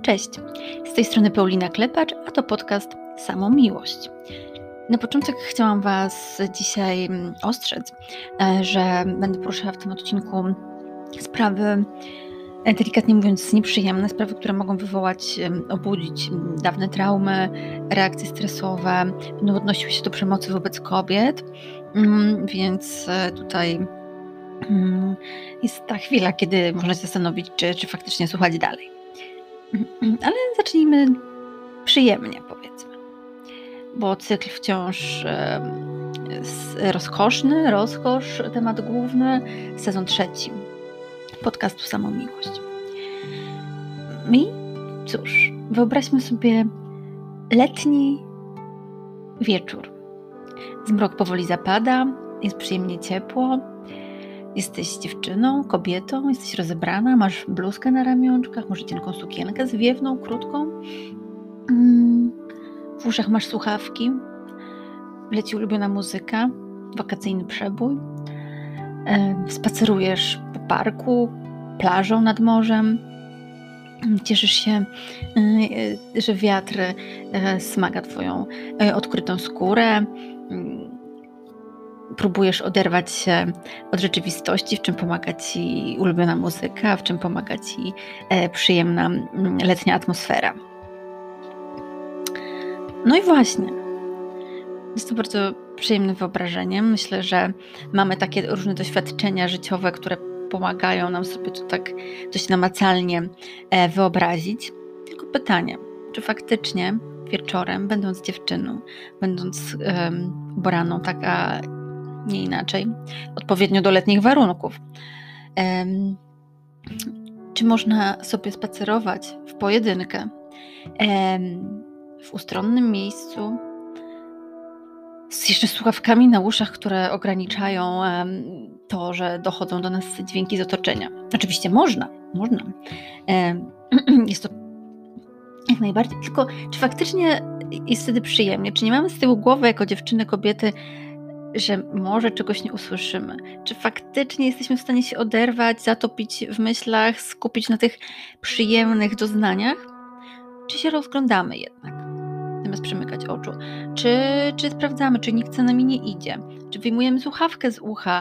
Cześć, z tej strony Paulina Klepacz, a to podcast Samą Miłość. Na początek chciałam Was dzisiaj ostrzec, że będę poruszała w tym odcinku sprawy, delikatnie mówiąc, nieprzyjemne, sprawy, które mogą obudzić dawne traumy, reakcje stresowe, będą odnosiły się do przemocy wobec kobiet, więc tutaj jest ta chwila, kiedy można się zastanowić, czy faktycznie słuchać dalej. Ale zacznijmy przyjemnie, powiedzmy, bo cykl wciąż rozkoszny, rozkosz, temat główny, sezon 3 podcastu Samą Miłość. I cóż, wyobraźmy sobie letni wieczór. Zmrok powoli zapada, jest przyjemnie ciepło. Jesteś dziewczyną, kobietą, jesteś rozebrana, masz bluzkę na ramionczkach, może cienką sukienkę zwiewną, krótką. W uszach masz słuchawki, leci ulubiona muzyka, wakacyjny przebój. Spacerujesz po parku, plażą nad morzem. Cieszysz się, że wiatr smaga twoją odkrytą skórę. Próbujesz oderwać się od rzeczywistości, w czym pomaga Ci ulubiona muzyka, w czym pomaga Ci przyjemna letnia atmosfera. No i właśnie, jest to bardzo przyjemne wyobrażenie. Myślę, że mamy takie różne doświadczenia życiowe, które pomagają nam sobie to tak dość namacalnie wyobrazić. Tylko pytanie, czy faktycznie wieczorem, będąc dziewczyną, będąc ubraną tak, a nie inaczej, odpowiednio do letnich warunków, czy można sobie spacerować w pojedynkę, w ustronnym miejscu, z jeszcze słuchawkami na uszach, które ograniczają to, że dochodzą do nas dźwięki z otoczenia. Oczywiście można. Jest to jak najbardziej, tylko czy faktycznie jest wtedy przyjemnie? Czy nie mamy z tyłu głowy jako dziewczyny, kobiety, że może czegoś nie usłyszymy? Czy faktycznie jesteśmy w stanie się oderwać, zatopić w myślach, skupić na tych przyjemnych doznaniach? Czy się rozglądamy jednak, zamiast przymykać oczu? Czy sprawdzamy, czy nikt za nami nie idzie? Czy wyjmujemy słuchawkę z ucha,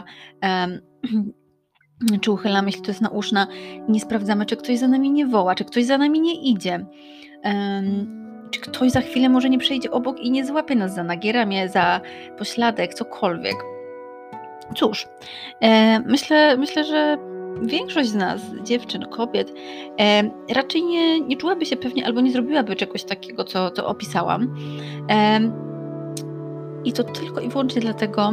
czy uchylamy się, to jest nauszna i nie sprawdzamy, czy ktoś za nami nie woła, czy ktoś za nami nie idzie? Czy ktoś za chwilę może nie przejdzie obok i nie złapie nas za nagie ramię, za pośladek, cokolwiek? Cóż, myślę, że większość z nas, dziewczyn, kobiet, raczej nie czułaby się pewnie albo nie zrobiłaby czegoś takiego, co opisałam. I to tylko i wyłącznie dlatego,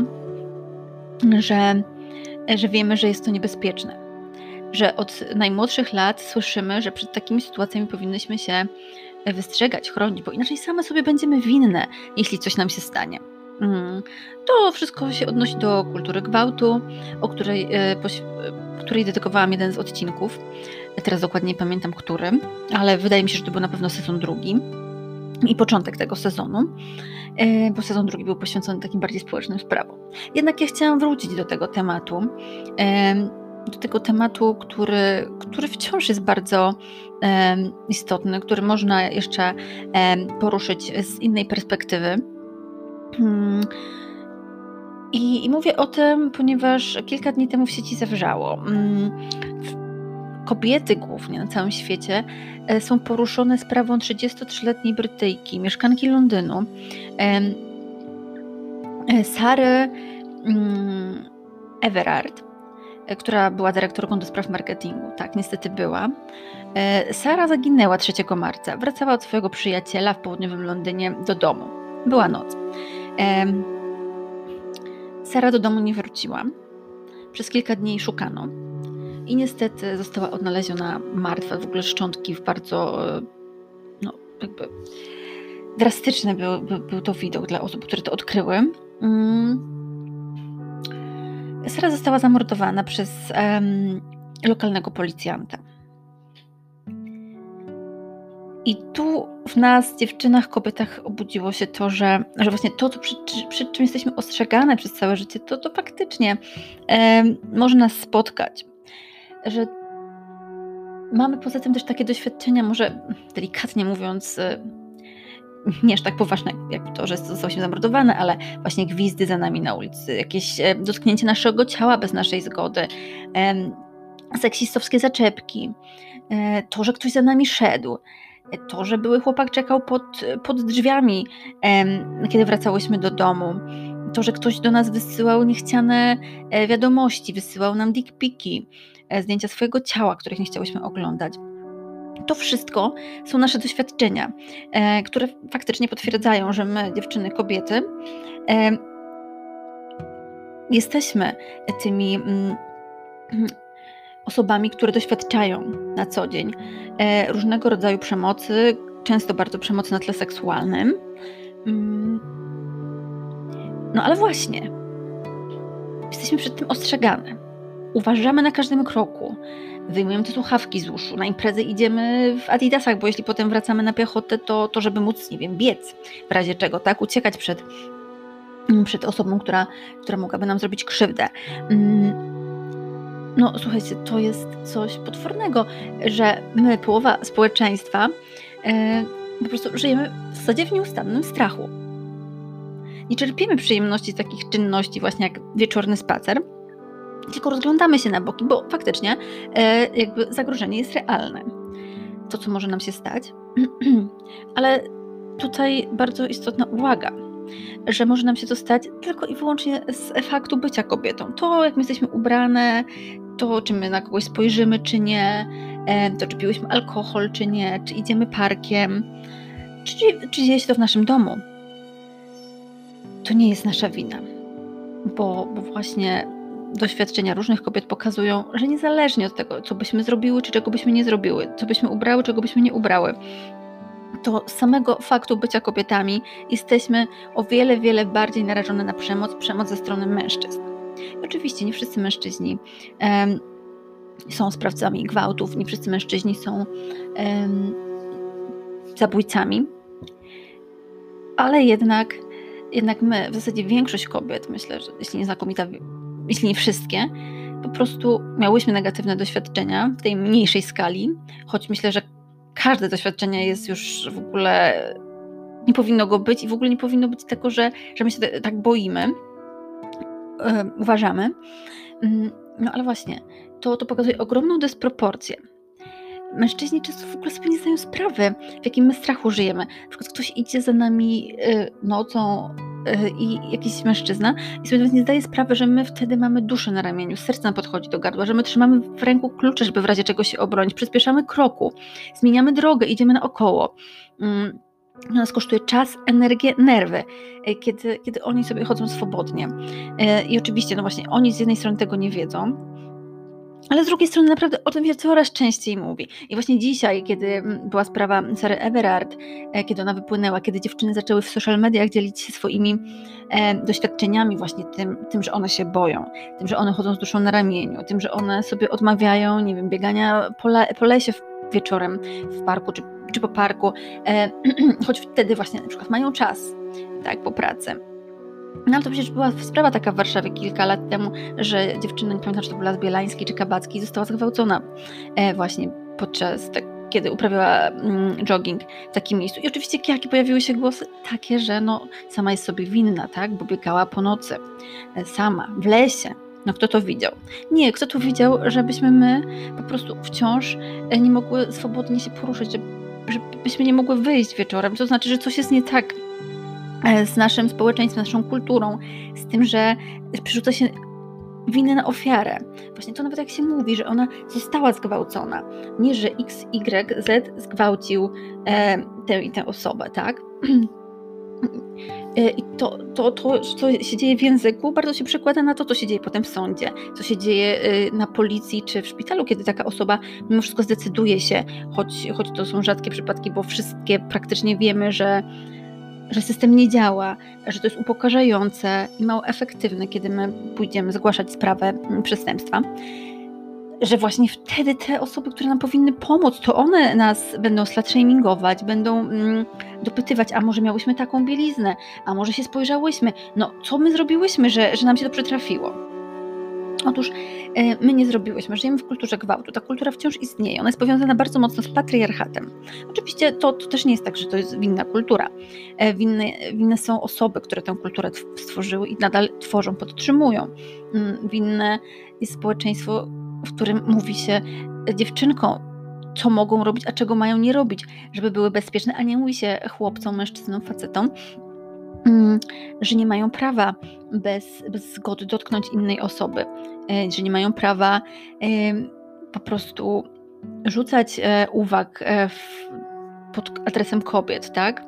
że wiemy, że jest to niebezpieczne. Że od najmłodszych lat słyszymy, że przed takimi sytuacjami powinnyśmy się wystrzegać, chronić, bo inaczej same sobie będziemy winne, jeśli coś nam się stanie. To wszystko się odnosi do kultury gwałtu, o której dedykowałam jeden z odcinków. Teraz dokładnie nie pamiętam, który, ale wydaje mi się, że to był na pewno sezon 2 i początek tego sezonu, bo sezon 2 był poświęcony takim bardziej społecznym sprawom. Jednak ja chciałam wrócić do tego tematu, który wciąż jest bardzo istotny, który można jeszcze poruszyć z innej perspektywy. I mówię o tym, ponieważ kilka dni temu w sieci zawrzało. Kobiety głównie na całym świecie są poruszone sprawą 33-letniej Brytyjki, mieszkanki Londynu, Sary Everard, która była dyrektorką do spraw marketingu. Tak, niestety była. Sara zaginęła 3 marca. Wracała od swojego przyjaciela w południowym Londynie do domu. Była noc. Sara do domu nie wróciła. Przez kilka dni szukano. I niestety została odnaleziona martwa. W ogóle szczątki w bardzo jakby drastyczny był to widok dla osób, które to odkryły. Sara została zamordowana przez lokalnego policjanta. I tu w nas, dziewczynach, kobietach obudziło się to, że właśnie to, przed czym jesteśmy ostrzegane przez całe życie, to faktycznie może nas spotkać. Że Mamy poza tym też takie doświadczenia, może delikatnie mówiąc, nie aż tak poważne jak to, że zostałyśmy zamordowane, ale właśnie gwizdy za nami na ulicy, jakieś dotknięcie naszego ciała bez naszej zgody, seksistowskie zaczepki, to, że ktoś za nami szedł, to, że były chłopak czekał pod drzwiami, kiedy wracałyśmy do domu, to, że ktoś do nas wysyłał niechciane wiadomości, wysyłał nam dick piki, zdjęcia swojego ciała, których nie chciałyśmy oglądać. To wszystko są nasze doświadczenia, które faktycznie potwierdzają, że my, dziewczyny, kobiety, jesteśmy tymi osobami, które doświadczają na co dzień różnego rodzaju przemocy, często bardzo przemocy na tle seksualnym. No ale właśnie, jesteśmy przed tym ostrzegane. Uważamy na każdym kroku. Wyjmujemy te słuchawki z uszu. Na imprezy idziemy w adidasach, bo jeśli potem wracamy na piechotę, to żeby móc, nie wiem, biec. W razie czego, tak? Uciekać przed osobą, która mogłaby nam zrobić krzywdę. No słuchajcie, to jest coś potwornego, że my, połowa społeczeństwa, po prostu żyjemy w zasadzie w nieustannym strachu. Nie czerpiemy przyjemności z takich czynności właśnie jak wieczorny spacer, tylko rozglądamy się na boki, bo faktycznie jakby zagrożenie jest realne. To, co może nam się stać. Ale tutaj bardzo istotna uwaga, że może nam się to stać tylko i wyłącznie z faktu bycia kobietą. To, jak my jesteśmy ubrane, to, czy my na kogoś spojrzymy, czy nie, to, czy piłyśmy alkohol, czy nie, czy idziemy parkiem, czy dzieje się to w naszym domu. To nie jest nasza wina, bo właśnie doświadczenia różnych kobiet pokazują, że niezależnie od tego, co byśmy zrobiły, czy czego byśmy nie zrobiły, co byśmy ubrały, czego byśmy nie ubrały, to z samego faktu bycia kobietami jesteśmy o wiele, wiele bardziej narażone na przemoc ze strony mężczyzn. I oczywiście nie wszyscy mężczyźni są sprawcami gwałtów, nie wszyscy mężczyźni są zabójcami, ale jednak my, w zasadzie większość kobiet, myślę, że jeśli nie wszystkie, po prostu miałyśmy negatywne doświadczenia w tej mniejszej skali, choć myślę, że każde doświadczenie jest już w ogóle, nie powinno go być i w ogóle nie powinno być tego, że my się tak boimy, uważamy. No ale właśnie, to pokazuje ogromną dysproporcję. Mężczyźni często w ogóle sobie nie zdają sprawy, w jakim my strachu żyjemy. Na przykład ktoś idzie za nami nocą i jakiś mężczyzna i sobie nawet nie zdaje sprawy, że my wtedy mamy duszę na ramieniu, serce nam podchodzi do gardła, że my trzymamy w ręku klucze, żeby w razie czego się obronić, przyspieszamy kroku, zmieniamy drogę, idziemy naokoło. Nas kosztuje czas, energię, nerwy, kiedy oni sobie chodzą swobodnie. I oczywiście, no właśnie, oni z jednej strony tego nie wiedzą, ale z drugiej strony naprawdę o tym się coraz częściej mówi. I właśnie dzisiaj, kiedy była sprawa Sary Everard, kiedy ona wypłynęła, kiedy dziewczyny zaczęły w social mediach dzielić się swoimi doświadczeniami, właśnie tym, że one się boją, tym, że one chodzą z duszą na ramieniu, tym, że one sobie odmawiają, nie wiem, biegania po lesie wieczorem w parku czy po parku, choć wtedy właśnie na przykład mają czas, tak, po pracy. No ale to przecież była sprawa taka w Warszawie kilka lat temu, że dziewczyna, nie pamiętam, czy to była z Bielańskiej czy Kabackiej, została zgwałcona właśnie podczas, kiedy uprawiała jogging w takim miejscu. I oczywiście jakie pojawiły się głosy? Takie, że no sama jest sobie winna, tak, bo biegała po nocy, sama, w lesie. No kto to widział? Nie, kto to widział, żebyśmy my po prostu wciąż nie mogły swobodnie się poruszyć, żebyśmy nie mogły wyjść wieczorem. To znaczy, że coś jest nie tak z naszym społeczeństwem, z naszą kulturą, z tym, że przerzuca się winę na ofiarę. Właśnie to nawet jak się mówi, że ona została zgwałcona. Nie, że X, Y, Z zgwałcił tę i tę osobę, tak? I to, co się dzieje w języku, bardzo się przekłada na to, co się dzieje potem w sądzie, co się dzieje na policji czy w szpitalu, kiedy taka osoba mimo wszystko zdecyduje się, choć to są rzadkie przypadki, bo wszystkie praktycznie wiemy, że system nie działa, że to jest upokarzające i mało efektywne, kiedy my pójdziemy zgłaszać sprawę przestępstwa, że właśnie wtedy te osoby, które nam powinny pomóc, to one nas będą slut-shamingować, będą dopytywać, a może miałyśmy taką bieliznę, a może się spojrzałyśmy, no co my zrobiłyśmy, że nam się to przytrafiło. Otóż my nie zrobiłyśmy, żyjemy w kulturze gwałtu. Ta kultura wciąż istnieje, ona jest powiązana bardzo mocno z patriarchatem. Oczywiście to też nie jest tak, że to jest winna kultura. Winne są osoby, które tę kulturę stworzyły i nadal tworzą, podtrzymują. Winne jest społeczeństwo, w którym mówi się dziewczynkom, co mogą robić, a czego mają nie robić, żeby były bezpieczne, a nie mówi się chłopcom, mężczyznom, facetom, że nie mają prawa bez zgody dotknąć innej osoby, że nie mają prawa po prostu rzucać uwag pod adresem kobiet, tak?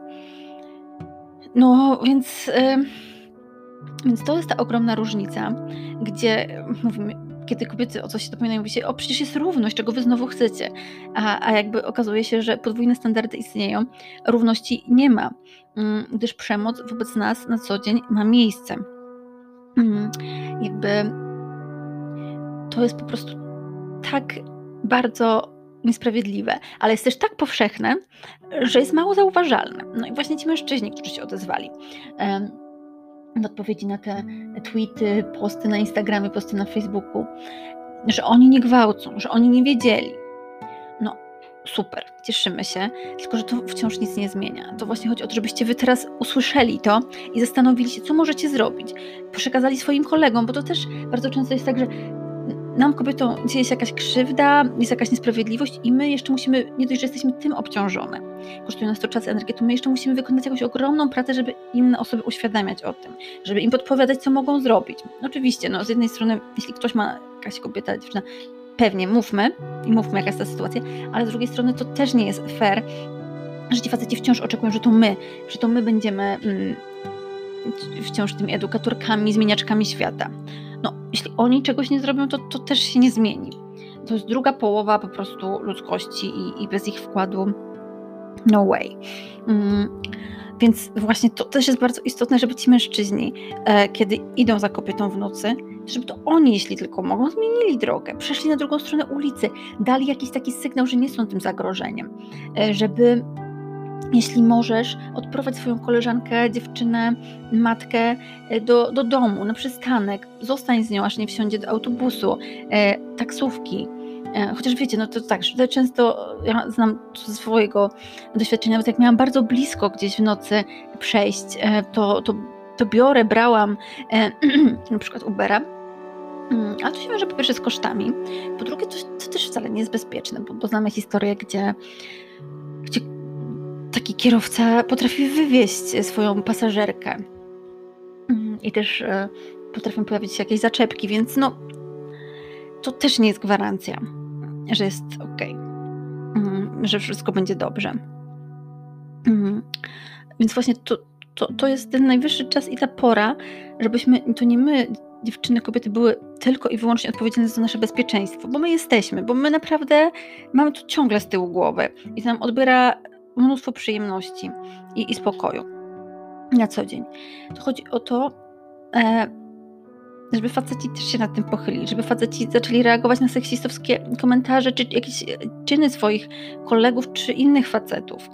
No więc to jest ta ogromna różnica, gdzie mówimy, kiedy kobiety o coś się dopominają, mówi się, przecież jest równość, czego wy znowu chcecie, a jakby okazuje się, że podwójne standardy istnieją, równości nie ma, gdyż przemoc wobec nas na co dzień ma miejsce. Jakby to jest po prostu tak bardzo niesprawiedliwe, ale jest też tak powszechne, że jest mało zauważalne. No i właśnie ci mężczyźni, którzy się odezwali w odpowiedzi na te tweety, posty na Instagramie, posty na Facebooku, że oni nie gwałcą, że oni nie wiedzieli. No super, cieszymy się, tylko że to wciąż nic nie zmienia. To właśnie chodzi o to, żebyście wy teraz usłyszeli to i zastanowili się, co możecie zrobić. Przekazali swoim kolegom, bo to też bardzo często jest tak, że nam kobietom dzieje się jakaś krzywda, jest jakaś niesprawiedliwość i my jeszcze musimy, nie dość, że jesteśmy tym obciążone, kosztuje nas to czas, energię, to my jeszcze musimy wykonać jakąś ogromną pracę, żeby inne osoby uświadamiać o tym, żeby im podpowiadać, co mogą zrobić. Oczywiście, z jednej strony, jeśli ktoś ma, jakaś kobieta, dziewczyna, pewnie mówmy, jaka jest ta sytuacja, ale z drugiej strony to też nie jest fair, że ci faceci wciąż oczekują, że to my będziemy wciąż tymi edukatorkami, zmieniaczkami świata. Jeśli oni czegoś nie zrobią, to też się nie zmieni. To jest druga połowa po prostu ludzkości i bez ich wkładu no way. Więc właśnie to też jest bardzo istotne, żeby ci mężczyźni, kiedy idą za kobietą w nocy, żeby to oni, jeśli tylko mogą, zmienili drogę, przeszli na drugą stronę ulicy, dali jakiś taki sygnał, że nie są tym zagrożeniem, żeby jeśli możesz, odprowadź swoją koleżankę, dziewczynę, matkę do domu, na przystanek, zostań z nią, aż nie wsiądzie do autobusu, taksówki. Chociaż wiecie, to tak, że często ja znam ze swojego doświadczenia, nawet jak miałam bardzo blisko gdzieś w nocy przejść, to brałam na przykład Ubera, ale to się wiąże po pierwsze z kosztami, po drugie to też wcale nie jest bezpieczne, bo znamy historię, gdzie taki kierowca potrafi wywieźć swoją pasażerkę i też potrafią pojawić się jakieś zaczepki, więc to też nie jest gwarancja, że jest okej, że wszystko będzie dobrze. Więc właśnie to jest ten najwyższy czas i ta pora, żebyśmy, to nie my, dziewczyny, kobiety, były tylko i wyłącznie odpowiedzialne za nasze bezpieczeństwo, bo my jesteśmy, bo my naprawdę mamy to ciągle z tyłu głowy i to nam odbiera mnóstwo przyjemności i spokoju na co dzień. To chodzi o to, żeby faceci też się nad tym pochylili, żeby faceci zaczęli reagować na seksistowskie komentarze czy jakieś czyny swoich kolegów czy innych facetów,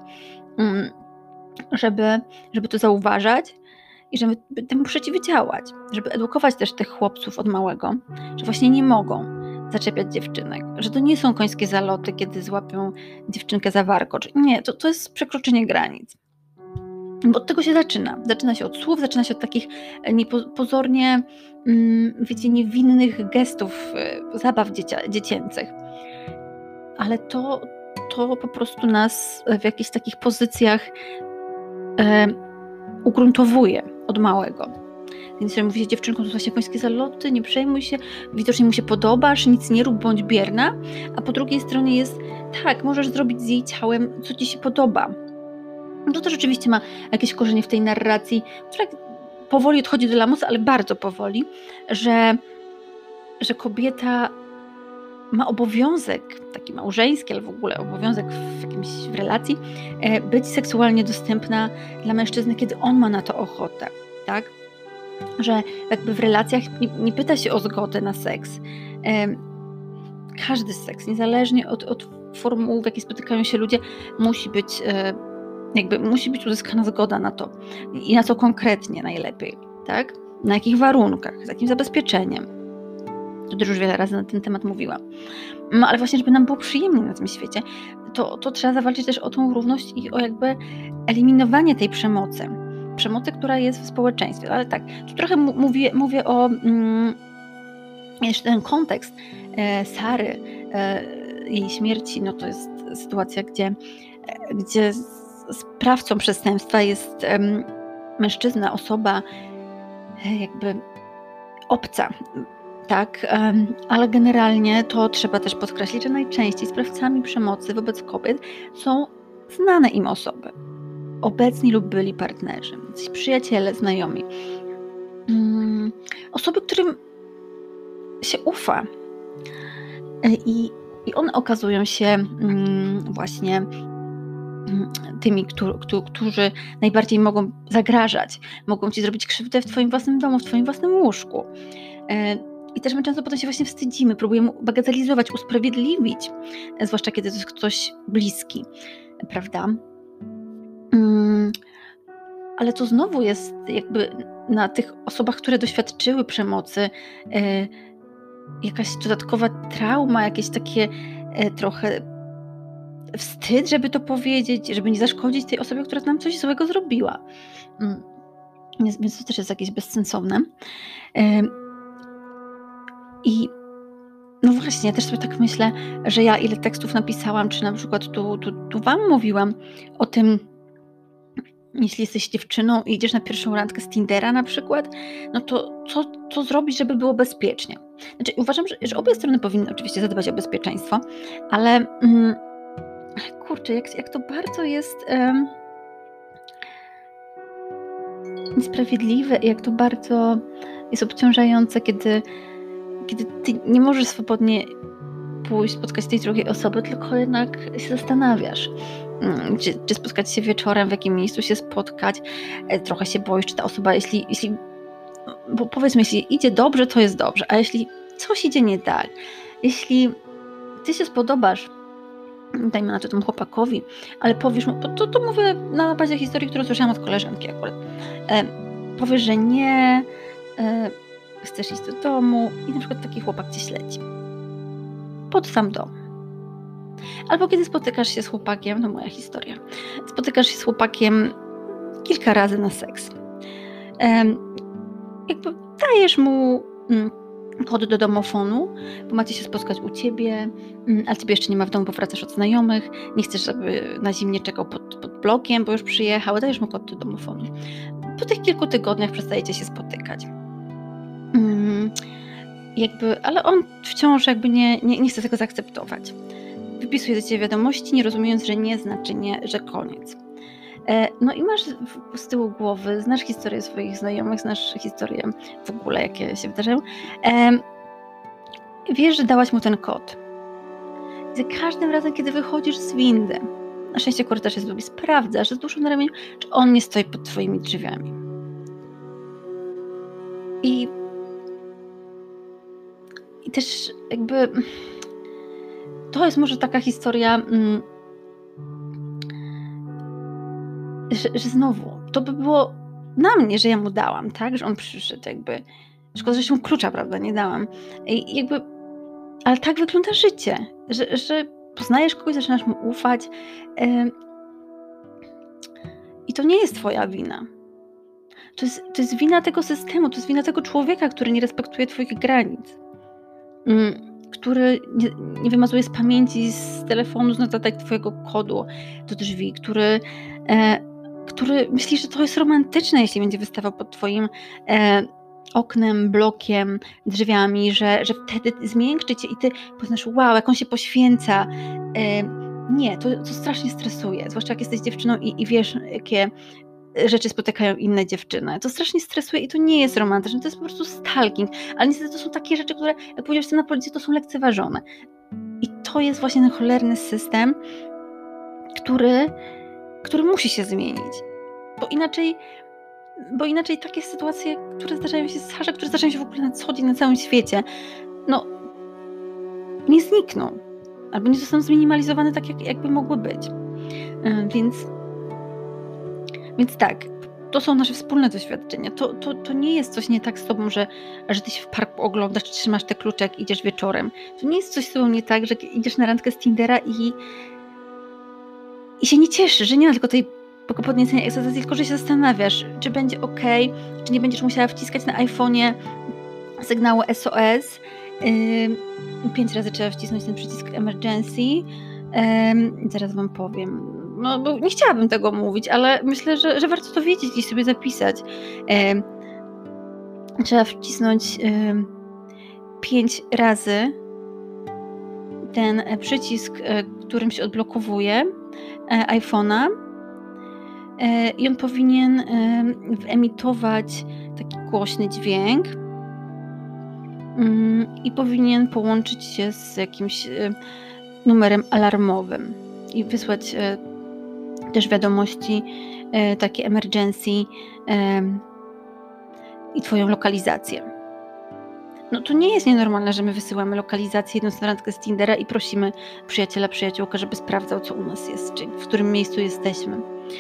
żeby to zauważać i żeby temu przeciwdziałać, żeby edukować też tych chłopców od małego, że właśnie nie mogą zaczepiać dziewczynek, że to nie są końskie zaloty, kiedy złapią dziewczynkę za warkocz. Nie, to jest przekroczenie granic. Bo od tego się zaczyna. Zaczyna się od słów, zaczyna się od takich pozornie, niewinnych gestów, zabaw dziecięcych. Ale to po prostu nas w jakichś takich pozycjach ugruntowuje od małego. Więc mówi się dziewczynkom, to właśnie końskie zaloty, nie przejmuj się, widocznie mu się podobasz, nic nie rób, bądź bierna, a po drugiej stronie jest, tak, możesz zrobić z jej ciałem, co ci się podoba. To też oczywiście ma jakieś korzenie w tej narracji, która powoli odchodzi do lamusa, ale bardzo powoli, że kobieta ma obowiązek, taki małżeński, ale w ogóle obowiązek w relacji, być seksualnie dostępna dla mężczyzny, kiedy on ma na to ochotę, tak? Że jakby w relacjach nie pyta się o zgodę na seks. Każdy seks, niezależnie od formuł, w jakiej spotykają się ludzie, musi być uzyskana zgoda na to. I na co konkretnie najlepiej, tak? Na jakich warunkach, z jakim zabezpieczeniem. To też już wiele razy na ten temat mówiłam. No ale właśnie, żeby nam było przyjemnie na tym świecie, to trzeba zawalczyć też o tą równość i o jakby eliminowanie tej przemocy. Przemocy, która jest w społeczeństwie. Ale tak, tu trochę mówię o jeszcze ten kontekst Sary, jej śmierci, no to jest sytuacja, gdzie sprawcą przestępstwa jest mężczyzna, osoba jakby obca, tak, ale generalnie to trzeba też podkreślić, że najczęściej sprawcami przemocy wobec kobiet są znane im osoby, obecni lub byli partnerzy, jacyś przyjaciele, znajomi, osoby, którym się ufa i one okazują się właśnie tymi, którzy najbardziej mogą zagrażać, mogą ci zrobić krzywdę w twoim własnym domu, w twoim własnym łóżku. I też my często potem się właśnie wstydzimy, próbujemy bagatelizować, usprawiedliwić, zwłaszcza kiedy to jest ktoś bliski, prawda? Ale to znowu jest jakby na tych osobach, które doświadczyły przemocy, jakaś dodatkowa trauma, jakieś takie trochę wstyd, żeby to powiedzieć, żeby nie zaszkodzić tej osobie, która nam coś złego zrobiła. Więc to też jest jakieś bezsensowne. I no właśnie, ja też sobie tak myślę, że ja ile tekstów napisałam, czy na przykład tu wam mówiłam o tym, jeśli jesteś dziewczyną i idziesz na pierwszą randkę z Tindera na przykład, no to co zrobić, żeby było bezpiecznie? Znaczy uważam, że obie strony powinny oczywiście zadbać o bezpieczeństwo, ale kurczę, jak to bardzo jest niesprawiedliwe i jak to bardzo jest obciążające, kiedy ty nie możesz swobodnie pójść, spotkać tej drugiej osoby, tylko jednak się zastanawiasz, czy spotkać się wieczorem, w jakim miejscu się spotkać, trochę się boisz, czy ta osoba, jeśli bo powiedzmy, jeśli idzie dobrze, to jest dobrze, a jeśli coś idzie nie tak, jeśli ty się spodobasz, dajmy na to temu chłopakowi, ale powiesz mu, bo to mówię na bazie historii, którą słyszałam od koleżanki akurat, powiesz, że nie, chcesz iść do domu i na przykład taki chłopak cię śledzi pod sam dom. Albo kiedy spotykasz się z chłopakiem, to moja historia, spotykasz się z chłopakiem kilka razy na seks. Jakby dajesz mu kod do domofonu, bo macie się spotkać u ciebie, ale ciebie jeszcze nie ma w domu, bo wracasz od znajomych, nie chcesz, żeby na zimnie czekał pod blokiem, bo już przyjechał, dajesz mu kod do domofonu. Po tych kilku tygodniach przestajecie się spotykać. Ale on wciąż jakby nie chce tego zaakceptować. Wypisuje do ciebie wiadomości, nie rozumiejąc, że nie znaczy nie, że koniec. No i masz z tyłu głowy, znasz historię swoich znajomych, znasz historię w ogóle, jakie się wydarzają. Wiesz, że dałaś mu ten kod. I za każdym razem, kiedy wychodzisz z windy, na szczęście korytarz jest długi, sprawdzasz z duszą na ramieniu, czy on nie stoi pod twoimi drzwiami. I też jakby to jest może taka historia, że znowu, to by było na mnie, że ja mu dałam, tak? Że on przyszedł jakby. Szkoda, że się mu klucza, prawda, nie dałam. I jakby, ale tak wygląda życie, że poznajesz kogoś, zaczynasz mu ufać i to nie jest twoja wina. To jest wina tego systemu, to jest wina tego człowieka, który nie respektuje twoich granic. Który nie wymazuje z pamięci, z telefonu, z notatek twojego kodu do drzwi, który myśli, że to jest romantyczne, jeśli będzie wystawał pod twoim oknem, blokiem, drzwiami, że wtedy zmiękczy cię i ty poznasz, wow, jak on się poświęca. Nie, to strasznie stresuje, zwłaszcza jak jesteś dziewczyną i wiesz, jakie rzeczy spotykają inne dziewczyny. To strasznie stresuje i to nie jest romantyczne, to jest po prostu stalking, ale niestety to są takie rzeczy, które, jak powiedziałeś na policji, to są lekceważone. I to jest właśnie ten cholerny system, który musi się zmienić. Bo inaczej takie sytuacje, które zdarzają się z Sarze, które zdarzają się w ogóle na co dzień, na całym świecie, no nie znikną. Albo nie zostaną zminimalizowane tak, jakby mogły być. Więc tak, to są nasze wspólne doświadczenia. To nie jest coś nie tak z tobą, że ty się w parku oglądasz, trzymasz te kluczek, idziesz wieczorem. To nie jest coś z tobą nie tak, że idziesz na randkę z Tindera i się nie cieszysz, że nie ma tylko tej podniecenia ekscytacji, tylko że się zastanawiasz, czy będzie okej, czy nie będziesz musiała wciskać na iPhone'ie sygnału SOS. 5 razy trzeba wcisnąć ten przycisk emergency. Zaraz wam powiem. No, bo nie chciałabym tego mówić, ale myślę, że warto to wiedzieć i sobie zapisać. Trzeba wcisnąć 5 razy ten przycisk, którym się odblokowuje iPhone'a, i on powinien wyemitować taki głośny dźwięk i powinien połączyć się z jakimś numerem alarmowym i wysłać też wiadomości takie emergency i twoją lokalizację. No to nie jest nienormalne, że my wysyłamy lokalizację, idąc na randkę z Tindera i prosimy przyjaciela, przyjaciółkę, żeby sprawdzał, co u nas jest, czy w którym miejscu jesteśmy.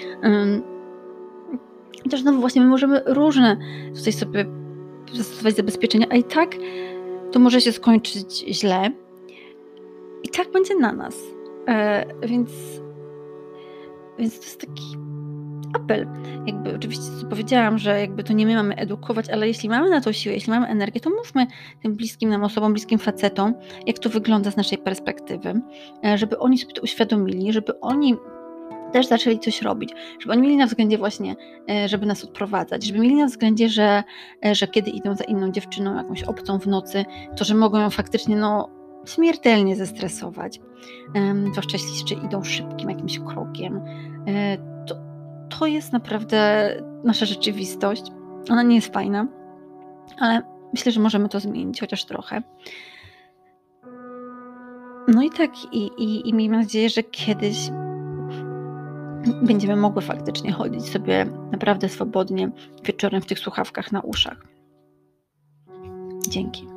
Też znowu właśnie my możemy różne tutaj sobie zastosować zabezpieczenia, a i tak to może się skończyć źle. I tak będzie na nas. Więc to jest taki apel. Jakby oczywiście co powiedziałam, że jakby to nie my mamy edukować, ale jeśli mamy na to siłę, jeśli mamy energię, to mówmy tym bliskim nam osobom, bliskim facetom, jak to wygląda z naszej perspektywy, żeby oni sobie to uświadomili, żeby oni też zaczęli coś robić, żeby oni mieli na względzie właśnie, żeby nas odprowadzać, żeby mieli na względzie, że kiedy idą za inną dziewczyną, jakąś obcą w nocy, to że mogą ją faktycznie śmiertelnie zestresować. Zwłaszcza jeśli jeszcze idą szybkim jakimś krokiem. To jest naprawdę nasza rzeczywistość. Ona nie jest fajna, ale myślę, że możemy to zmienić chociaż trochę. No i tak, i miejmy nadzieję, że kiedyś będziemy mogły faktycznie chodzić sobie naprawdę swobodnie wieczorem w tych słuchawkach na uszach. Dzięki.